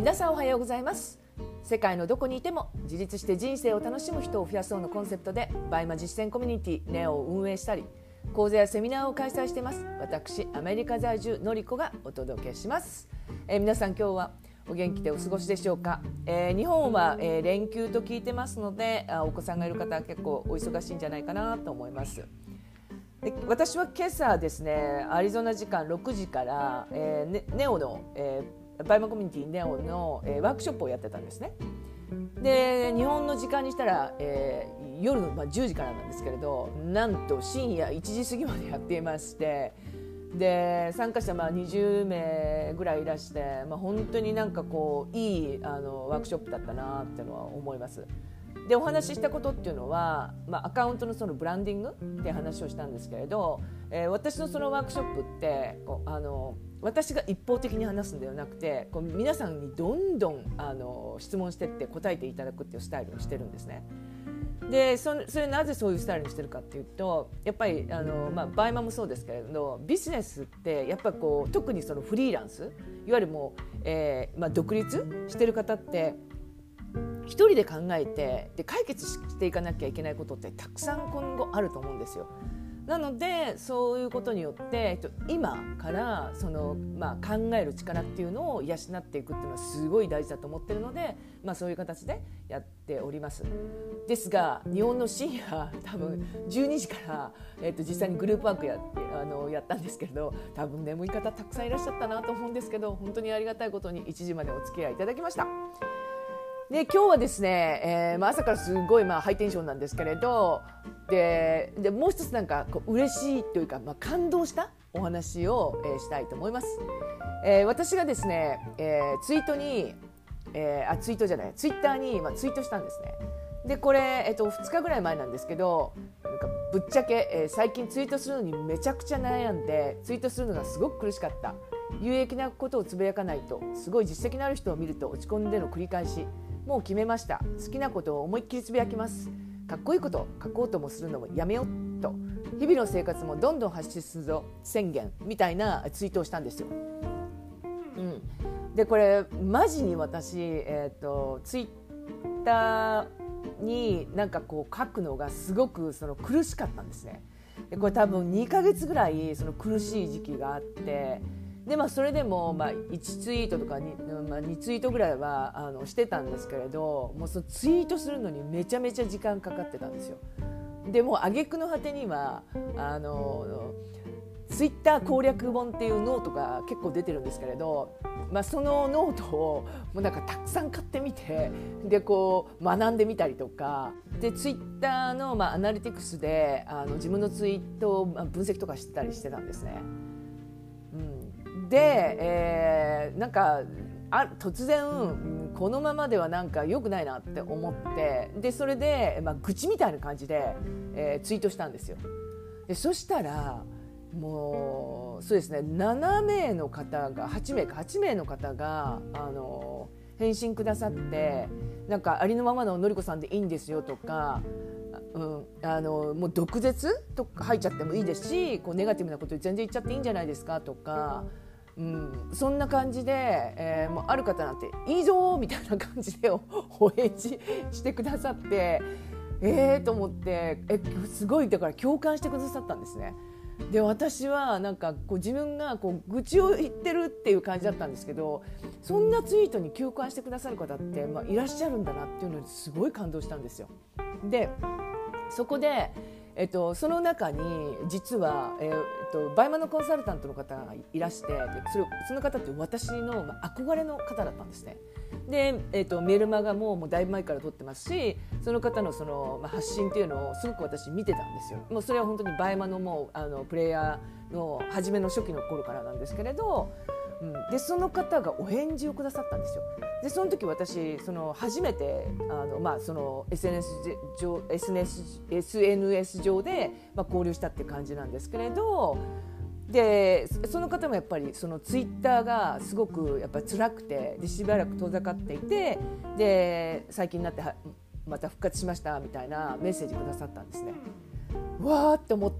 皆さんおはようございます。世界のどこにいても自立して人生を楽しむ人を増やそうのコンセプトでバイマ実践コミュニティネオを運営したり、講座やセミナーを開催しています。私アメリカ在住のりこがお届けします。皆さん今日はお元気でお過ごしでしょうか。日本は、連休と聞いてますので、お子さんがいる方は結構お忙しいんじゃないかなと思います。で、私は今朝ですね、アリゾナ時間6時から、ネオの、バイマコミュニティネオの、ワークショップをやってたんですね。で、日本の時間にしたら、夜の、10時からなんですけれど、なんと深夜1時過ぎまでやっていまして、で参加者20名ぐらいいらして、本当になんかこういいワークショップだったなっていうのは思います。でお話ししたことっていうのは、アカウントのそのブランディングって話をしたんですけれど、私のそのワークショップって私が一方的に話すんではなくて、皆さんにどんどん質問してって答えていただくっていうスタイルにしてるんですね。でそれなぜそういうスタイルにしてるかっていうと、やっぱりバイマもそうですけれど、ビジネスってやっぱこう特にそのフリーランス、いわゆるもう、独立してる方って一人で考えてで解決していかなきゃいけないことってたくさん今後あると思うんですよ。なのでそういうことによって今から考える力っていうのを養っていくっていうのはすごい大事だと思ってるので、そういう形でやっております。ですが日本の深夜多分12時から、実際にグループワークやったんですけれど、多分眠い方たくさんいらっしゃったなと思うんですけど、本当にありがたいことに1時までお付き合いいただきました。で今日はですね、朝からすごいハイテンションなんですけれど、でもう一つなんか嬉しいというか、感動したお話を、したいと思います。私がですね、ツイッターに、ツイートしたんですね。でこれ、2日ぐらい前なんですけど、なんかぶっちゃけ、最近ツイートするのにめちゃくちゃ悩んで、ツイートするのがすごく苦しかった。有益なことをつぶやかないとすごい実績のある人を見ると落ち込んでの繰り返し。もう決めました。好きなことを思いっきりつぶやきます。かっこいいこと書こうともするのもやめようと、日々の生活もどんどん発信するぞ宣言みたいなツイートをしたんですよ。でこれマジに私、ツイッターになんかこう書くのがすごく苦しかったんですね。でこれ多分2ヶ月ぐらい苦しい時期があって、でそれでも1ツイートとか 2ツイートぐらいはしてたんですけれど、もうそのツイートするのにめちゃめちゃ時間かかってたんですよ。でもう挙句の果てにはツイッター攻略本っていうノートが結構出てるんですけれど、そのノートをもうなんかたくさん買ってみて、でこう学んでみたりとかで、ツイッターのアナリティクスで自分のツイートを分析とかしてたりしてたんですね。で、なんか突然このままではなんか良くないなって思って、でそれで、愚痴みたいな感じで、ツイートしたんですよ。でそしたらもうそうですね、8名の方が返信くださって、なんかありのままののりこさんでいいんですよとか、もう毒舌とか入っちゃってもいいですし、ネガティブなこと全然言っちゃっていいんじゃないですかとか、そんな感じで、もうある方なんていいぞみたいな感じでお返事してくださって、と思って、すごいだから共感してくださったんですね。で私はなんか自分が愚痴を言ってるっていう感じだったんですけど、そんなツイートに共感してくださる方って、いらっしゃるんだなっていうのにすごい感動したんですよ。でそこで、その中に実は、バイマのコンサルタントの方がいらして、その方って私の憧れの方だったんですね。で、メルマガもだいぶ前から撮ってますし、その方の発信っていうのをすごく私見てたんですよ。もうそれは本当にバイマのもうプレイヤーの初めの初期の頃からなんですけれど、でその方がお返事をくださったんですよ。でその時私初めてSNS 上で、交流したっていう感じなんですけれど、でその方もやっぱりツイッターがすごくやっぱ辛くて、でしばらく遠ざかっていて、で最近になってまた復活しましたみたいなメッセージくださったんですね。 わーって思って、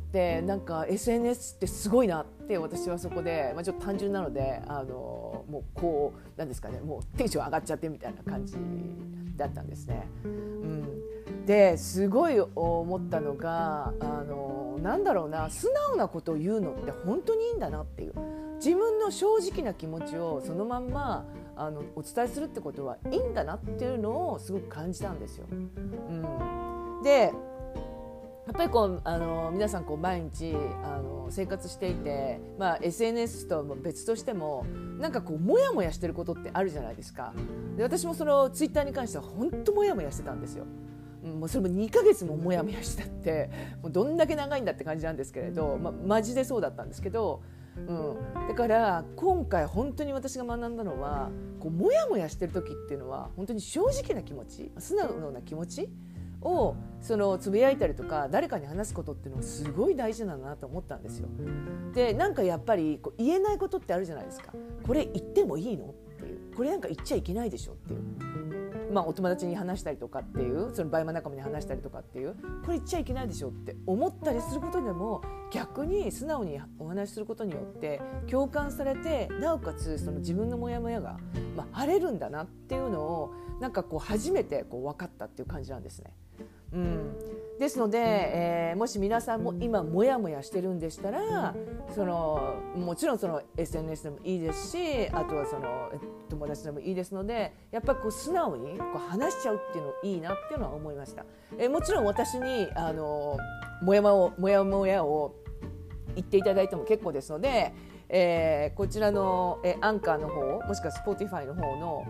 なんか SNS ってすごいなって私はそこで、ちょっと単純なのでもうこうなんですかね、もうテンション上がっちゃってみたいな感じだったんですね。ですごい思ったのがなんだろうな、素直なことを言うのって本当にいいんだなっていう、自分の正直な気持ちをそのまんまお伝えするってことはいいんだなっていうのをすごく感じたんですよ。でやっぱり皆さん毎日生活していて、SNS とは別としてもなんかモヤモヤしてることってあるじゃないですか。で私もそのツイッターに関しては本当モヤモヤしてたんですよ。もうそれも2ヶ月もモヤモヤしてたって、もうどんだけ長いんだって感じなんですけれど、マジでそうだったんですけど、だから今回本当に私が学んだのは、モヤモヤしてる時っていうのは本当に正直な気持ち、素直な気持ちをつぶやいたりとか誰かに話すことっていうのはすごい大事だなと思ったんですよ。でなんかやっぱり言えないことってあるじゃないですか。これ言ってもいいのっていう、これなんか言っちゃいけないでしょっていう、お友達に話したりとかっていう、そのバイマ仲間に話したりとかっていう、これ言っちゃいけないでしょって思ったりすることでも、逆に素直にお話しすることによって共感されて、なおかつその自分のモヤモヤが、晴れるんだなっていうのをなんか初めて分かったっていう感じなんですね。ですので、もし皆さんも今モヤモヤしてるんでしたら、もちろんSNS でもいいですし、あとは友達でもいいですので、やっぱり素直に話しちゃうっていうのいいなっていうのは思いました。もちろん私にモヤモヤを言っていただいても結構ですので、こちらのアンカーの方、もしくは Spotify の方の、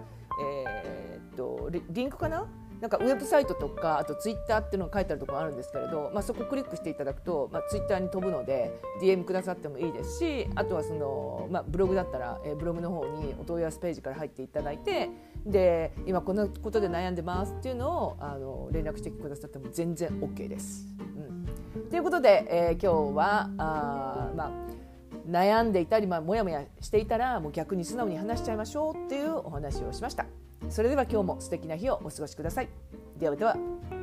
リンクかな、なんかウェブサイトとか、あとツイッターっていうのが書いてあるところあるんですけれど、そこをクリックしていただくと、ツイッターに飛ぶので DM くださってもいいですし、あとはブログだったら、ブログの方にお問い合わせページから入っていただいて、で今このことで悩んでますっていうのを連絡してくださっても全然 OK です。ということで、今日は悩んでいたり、もやもやしていたらもう逆に素直に話しちゃいましょうっていうお話をしました。それでは今日も素敵な日をお過ごしください。ではでは。